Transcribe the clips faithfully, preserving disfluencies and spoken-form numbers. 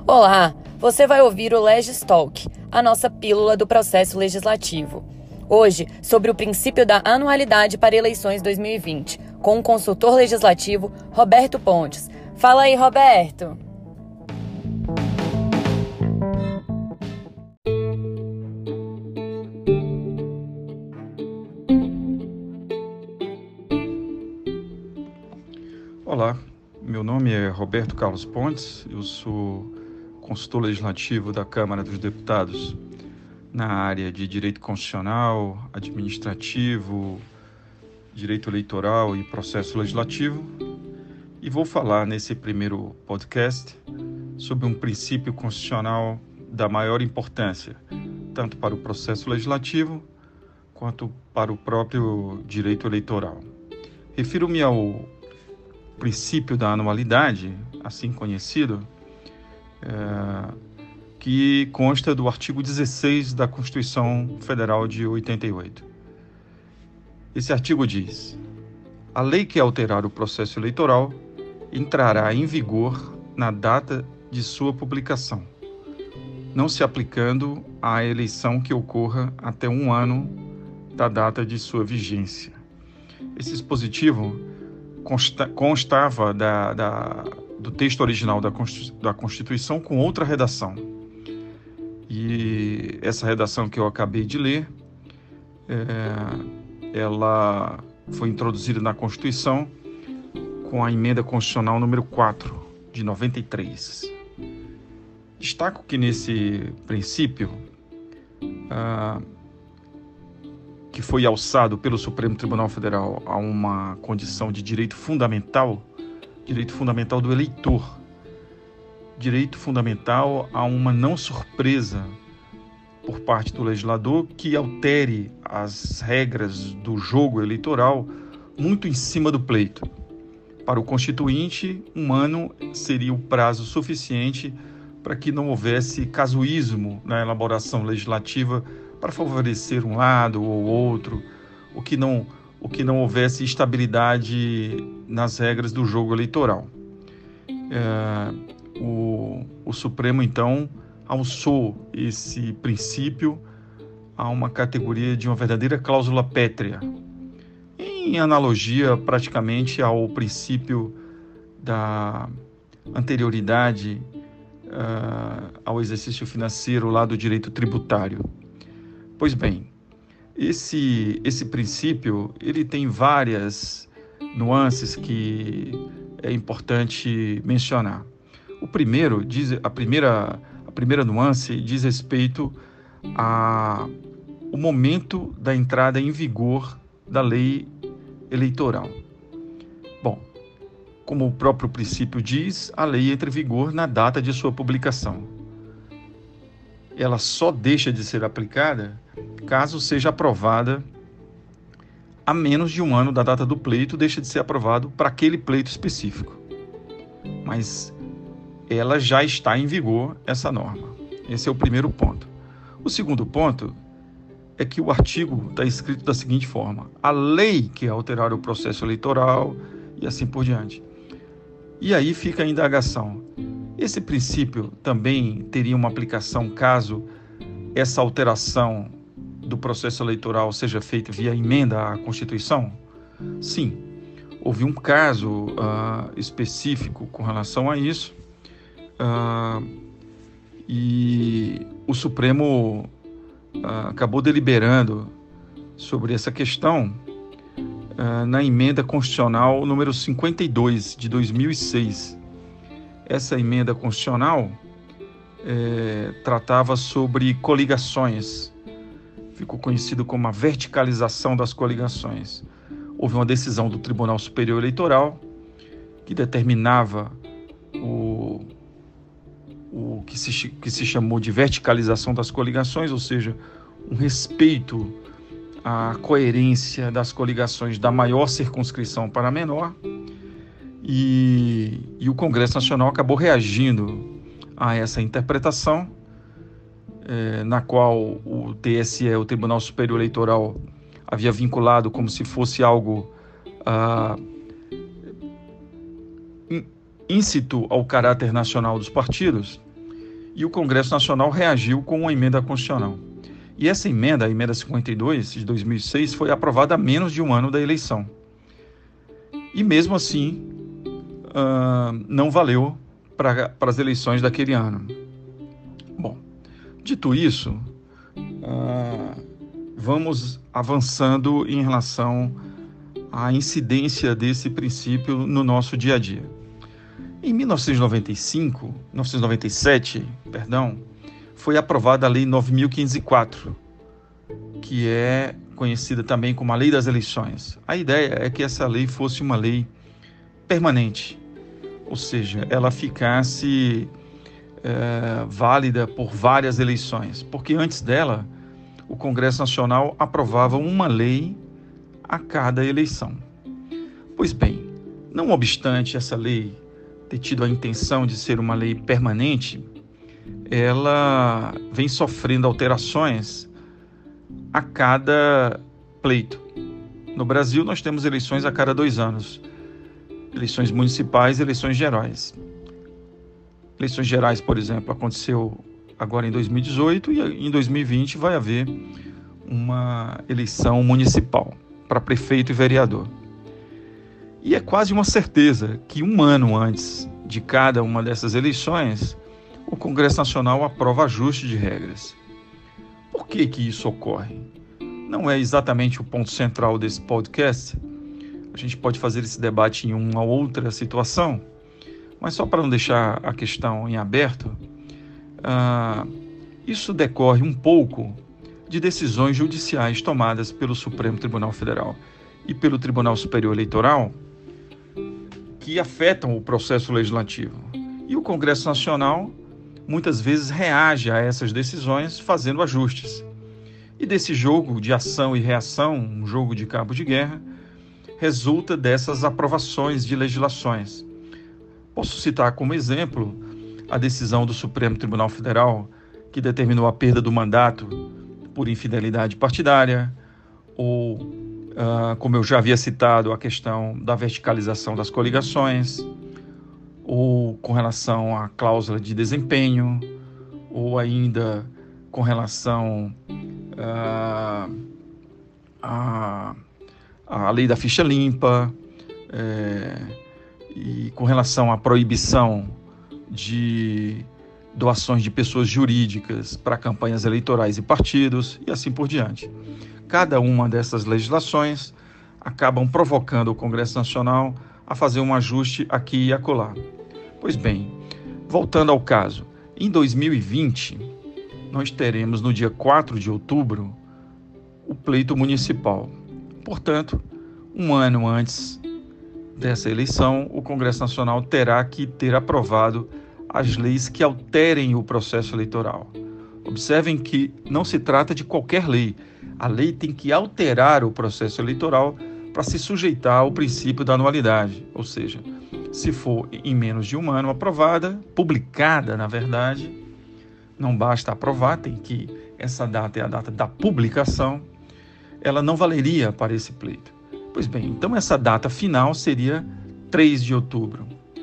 Olá, você vai ouvir o Legistalk, a nossa pílula do processo legislativo. Hoje, sobre o princípio da anualidade para eleições dois mil e vinte, com o consultor legislativo Roberto Pontes. Fala aí, Roberto! Olá, meu nome é Roberto Carlos Pontes, eu sou consultor legislativo da Câmara dos Deputados na área de Direito Constitucional, Administrativo, Direito Eleitoral e Processo Legislativo, e vou falar nesse primeiro podcast sobre um princípio constitucional da maior importância, tanto para o processo legislativo quanto para o próprio direito eleitoral. Refiro-me ao princípio da anualidade, assim conhecido, é, que consta do artigo dezesseis da Constituição Federal de oitenta e oito. Esse artigo diz: a lei que alterar o processo eleitoral entrará em vigor na data de sua publicação, não se aplicando à eleição que ocorra até um ano da data de sua vigência. Esse dispositivo consta, constava da, da, do texto original da, da Constituição com outra redação. E essa redação que eu acabei de ler, é, ela foi introduzida na Constituição com a emenda constitucional número quatro, de noventa e três. Destaco que nesse princípio, ah, que foi alçado pelo Supremo Tribunal Federal a uma condição de direito fundamental, direito fundamental do eleitor, direito fundamental a uma não surpresa por parte do legislador que altere as regras do jogo eleitoral muito em cima do pleito. Para o Constituinte, um ano seria o prazo suficiente para que não houvesse casuísmo na elaboração legislativa para favorecer um lado ou outro, o que não, o que não houvesse estabilidade nas regras do jogo eleitoral. É, o, o Supremo, então, alçou esse princípio a uma categoria de uma verdadeira cláusula pétrea, em analogia praticamente ao princípio da anterioridade uh, ao exercício financeiro lá do direito tributário. Pois bem, esse, esse princípio ele tem várias nuances que é importante mencionar. O primeiro diz, a primeira, a primeira nuance diz respeito ao momento da entrada em vigor da lei eleitoral. Bom, como o próprio princípio diz, a lei entra em vigor na data de sua publicação. Ela só deixa de ser aplicada caso seja aprovada a menos de um ano da data do pleito, deixa de ser aprovado para aquele pleito específico. Mas ela já está em vigor, essa norma. Esse é o primeiro ponto. O segundo ponto é que o artigo está escrito da seguinte forma: a lei que alterar o processo eleitoral e assim por diante. E aí fica a indagação. Esse princípio também teria uma aplicação caso essa alteração do processo eleitoral seja feita via emenda à Constituição? Sim, houve um caso uh, específico com relação a isso, uh, e o Supremo uh, acabou deliberando sobre essa questão uh, na emenda constitucional número cinquenta e dois, de dois mil e seis. Essa emenda constitucional eh, tratava sobre coligações. Ficou conhecido como a verticalização das coligações. Houve uma decisão do Tribunal Superior Eleitoral que determinava o, o que, se, que se chamou de verticalização das coligações, ou seja, um respeito à coerência das coligações da maior circunscrição para a menor, e, e o Congresso Nacional acabou reagindo a essa interpretação, É, na qual o T S E, o Tribunal Superior Eleitoral, havia vinculado como se fosse algo ah, íncito ao caráter nacional dos partidos, e o Congresso Nacional reagiu com uma emenda constitucional. E essa emenda, a emenda cinquenta e dois de dois mil e seis, foi aprovada há menos de um ano da eleição. E mesmo assim, uh, não valeu para as eleições daquele ano. Bom, dito isso, uh, vamos avançando em relação à incidência desse princípio no nosso dia a dia. Em mil novecentos e noventa e cinco, mil novecentos e noventa e sete, perdão, foi aprovada a Lei nove mil quinhentos e quatro, que é conhecida também como a Lei das Eleições. A ideia é que essa lei fosse uma lei permanente, ou seja, ela ficasse é, válida por várias eleições, porque antes dela, o Congresso Nacional aprovava uma lei a cada eleição. Pois bem, não obstante essa lei ter tido a intenção de ser uma lei permanente, ela vem sofrendo alterações a cada pleito. No Brasil, nós temos eleições a cada dois anos, eleições municipais e eleições gerais. Eleições gerais, por exemplo, aconteceu agora em dois mil e dezoito e em dois mil e vinte vai haver uma eleição municipal para prefeito e vereador. E é quase uma certeza que um ano antes de cada uma dessas eleições, o Congresso Nacional aprova ajuste de regras. Por que que isso ocorre? Não é exatamente o ponto central desse podcast. A gente pode fazer esse debate em uma outra situação, mas só para não deixar a questão em aberto, uh, isso decorre um pouco de decisões judiciais tomadas pelo Supremo Tribunal Federal e pelo Tribunal Superior Eleitoral que afetam o processo legislativo. E o Congresso Nacional muitas vezes reage a essas decisões fazendo ajustes. E desse jogo de ação e reação, um jogo de cabo de guerra, resulta dessas aprovações de legislações. Posso citar como exemplo a decisão do Supremo Tribunal Federal que determinou a perda do mandato por infidelidade partidária, ou, uh, como eu já havia citado, a questão da verticalização das coligações, ou com relação à cláusula de desempenho, ou ainda com relação uh, à, à lei da ficha limpa, é, e com relação à proibição de doações de pessoas jurídicas para campanhas eleitorais e partidos, e assim por diante. Cada uma dessas legislações acabam provocando o Congresso Nacional a fazer um ajuste aqui e acolá. Pois bem, voltando ao caso, em dois mil e vinte, nós teremos no dia quatro de outubro o pleito municipal. Portanto, um ano antes dessa eleição, o Congresso Nacional terá que ter aprovado as leis que alterem o processo eleitoral. Observem que não se trata de qualquer lei. A lei tem que alterar o processo eleitoral para se sujeitar ao princípio da anualidade, ou seja, se for em menos de um ano aprovada, publicada, na verdade, não basta aprovar, tem que, essa data é a data da publicação, ela não valeria para esse pleito. Pois bem, então essa data final seria três de outubro.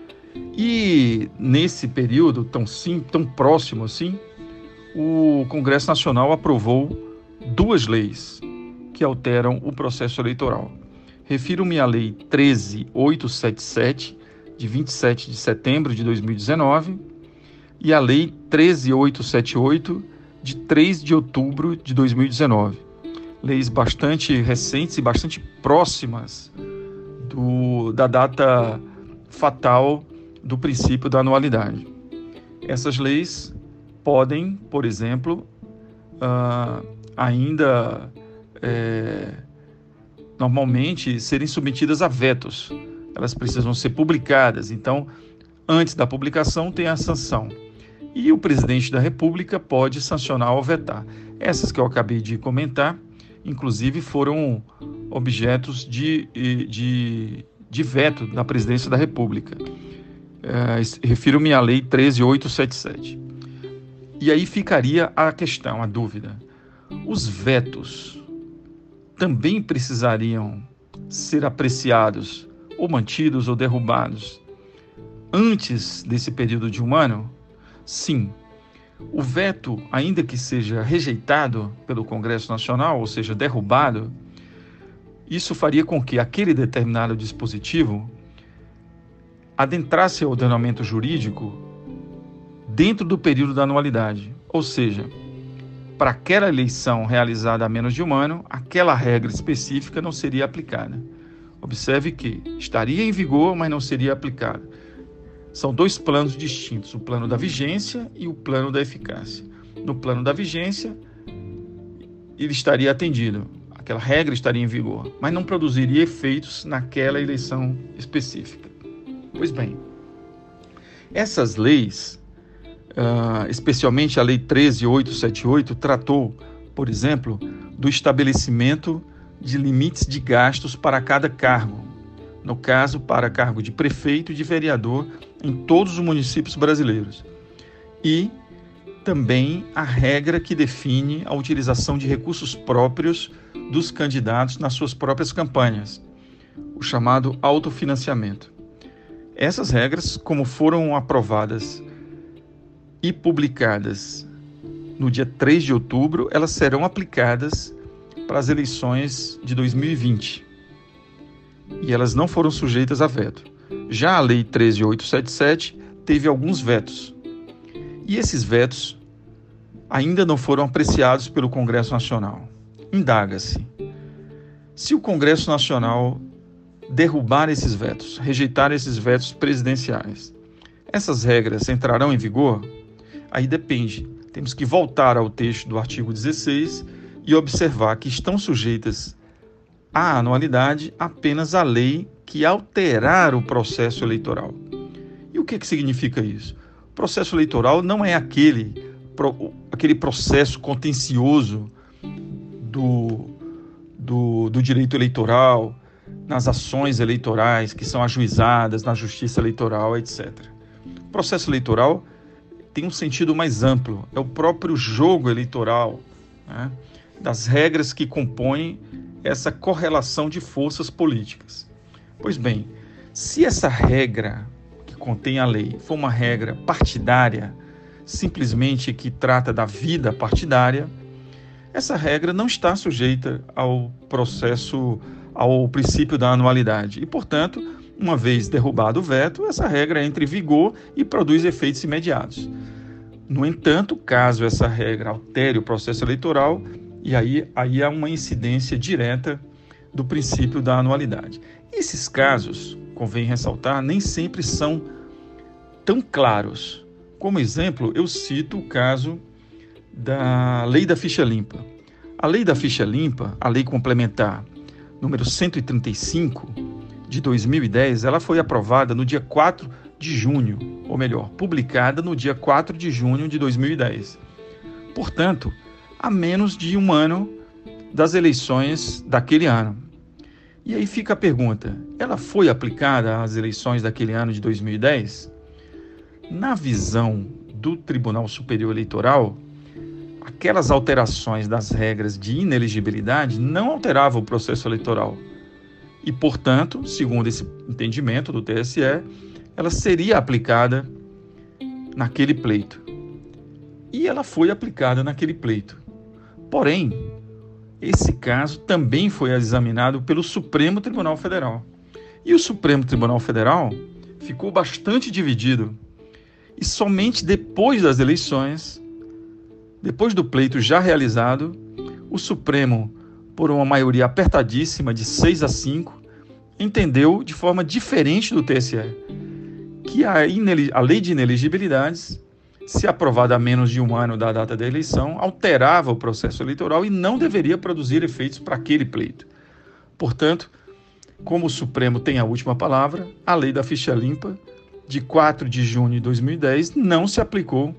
E nesse período tão, sim, tão próximo assim, o Congresso Nacional aprovou duas leis que alteram o processo eleitoral. Refiro-me à Lei treze mil oitocentos e setenta e sete, de vinte e sete de setembro de dois mil e dezenove, e a Lei treze mil oitocentos e setenta e oito, de três de outubro de dois mil e dezenove. Leis bastante recentes e bastante próximas do, da data fatal do princípio da anualidade. Essas leis podem, por exemplo, uh, ainda é, normalmente serem submetidas a vetos. Elas precisam ser publicadas, então, antes da publicação tem a sanção. E o presidente da República pode sancionar ou vetar. Essas que eu acabei de comentar, inclusive, foram objetos de, de, de veto da presidência da República. É, refiro-me à Lei treze mil oitocentos e setenta e sete. E aí ficaria a questão, a dúvida. Os vetos também precisariam ser apreciados, ou mantidos, ou derrubados, antes desse período de um ano? Sim. o veto, ainda que seja rejeitado pelo Congresso Nacional, ou seja, derrubado, isso faria com que aquele determinado dispositivo adentrasse ao ordenamento jurídico dentro do período da anualidade. Ou seja, para aquela eleição realizada há menos de um ano, aquela regra específica não seria aplicada. Observe que estaria em vigor, mas não seria aplicada. São dois planos distintos, o plano da vigência e o plano da eficácia. No plano da vigência, ele estaria atendido, aquela regra estaria em vigor, mas não produziria efeitos naquela eleição específica. Pois bem, essas leis, uh, especialmente a Lei treze mil oitocentos e setenta e oito, tratou, por exemplo, do estabelecimento de limites de gastos para cada cargo, no caso, para cargo de prefeito e de vereador em todos os municípios brasileiros. E também a regra que define a utilização de recursos próprios dos candidatos nas suas próprias campanhas, o chamado autofinanciamento. Essas regras, como foram aprovadas e publicadas no dia três de outubro, elas serão aplicadas para as eleições de dois mil e vinte. E elas não foram sujeitas a veto. Já a Lei treze mil oitocentos e setenta e sete teve alguns vetos. E esses vetos ainda não foram apreciados pelo Congresso Nacional. Indaga-se: se o Congresso Nacional derrubar esses vetos, rejeitar esses vetos presidenciais, essas regras entrarão em vigor? Aí depende. Temos que voltar ao texto do artigo dezesseis e observar que estão sujeitas à anualidade apenas a lei que alterar o processo eleitoral. E o que, que significa isso? O processo eleitoral não é aquele, aquele processo contencioso do, do, do direito eleitoral, nas ações eleitorais que são ajuizadas na justiça eleitoral, etcétera. O processo eleitoral tem um sentido mais amplo, é o próprio jogo eleitoral, né, das regras que compõem essa correlação de forças políticas. Pois bem, se essa regra que contém a lei for uma regra partidária, simplesmente que trata da vida partidária, essa regra não está sujeita ao processo, ao princípio da anualidade. E, portanto, uma vez derrubado o veto, essa regra entra em vigor e produz efeitos imediatos. No entanto, caso essa regra altere o processo eleitoral, e aí, aí há uma incidência direta do princípio da anualidade. Esses casos, convém ressaltar, nem sempre são tão claros. Como exemplo, eu cito o caso da Lei da Ficha Limpa. A Lei da Ficha Limpa, a Lei Complementar número cento e trinta e cinco, de dois mil e dez, ela foi aprovada no dia quatro de junho, ou melhor, publicada no dia quatro de junho de dois mil e dez. Portanto, a menos de um ano das eleições daquele ano. E aí fica a pergunta: ela foi aplicada às eleições daquele ano de dois mil e dez? Na visão do Tribunal Superior Eleitoral, aquelas alterações das regras de inelegibilidade não alteravam o processo eleitoral. E, portanto, segundo esse entendimento do T S E, ela seria aplicada naquele pleito. E ela foi aplicada naquele pleito. Porém, esse caso também foi examinado pelo Supremo Tribunal Federal. E o Supremo Tribunal Federal ficou bastante dividido. E somente depois das eleições, depois do pleito já realizado, o Supremo, por uma maioria apertadíssima de seis a cinco, entendeu de forma diferente do T S E que a, a lei de inelegibilidades, se aprovada a menos de um ano da data da eleição, alterava o processo eleitoral e não deveria produzir efeitos para aquele pleito. Portanto, como o Supremo tem a última palavra, a Lei da Ficha Limpa, de quatro de junho de dois mil e dez, não se aplicou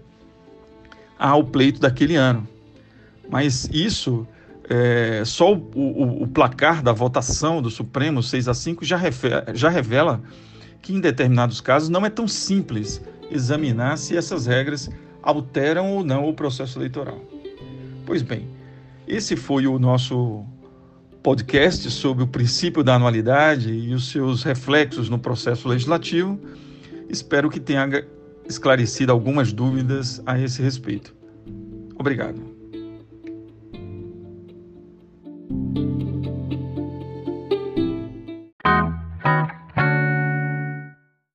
ao pleito daquele ano. Mas isso, é, só o, o, o placar da votação do Supremo, seis a cinco, já, refe, já revela que em determinados casos não é tão simples examinar se essas regras alteram ou não o processo eleitoral. Pois bem, esse foi o nosso podcast sobre o princípio da anualidade e os seus reflexos no processo legislativo. Espero que tenha esclarecido algumas dúvidas a esse respeito. Obrigado.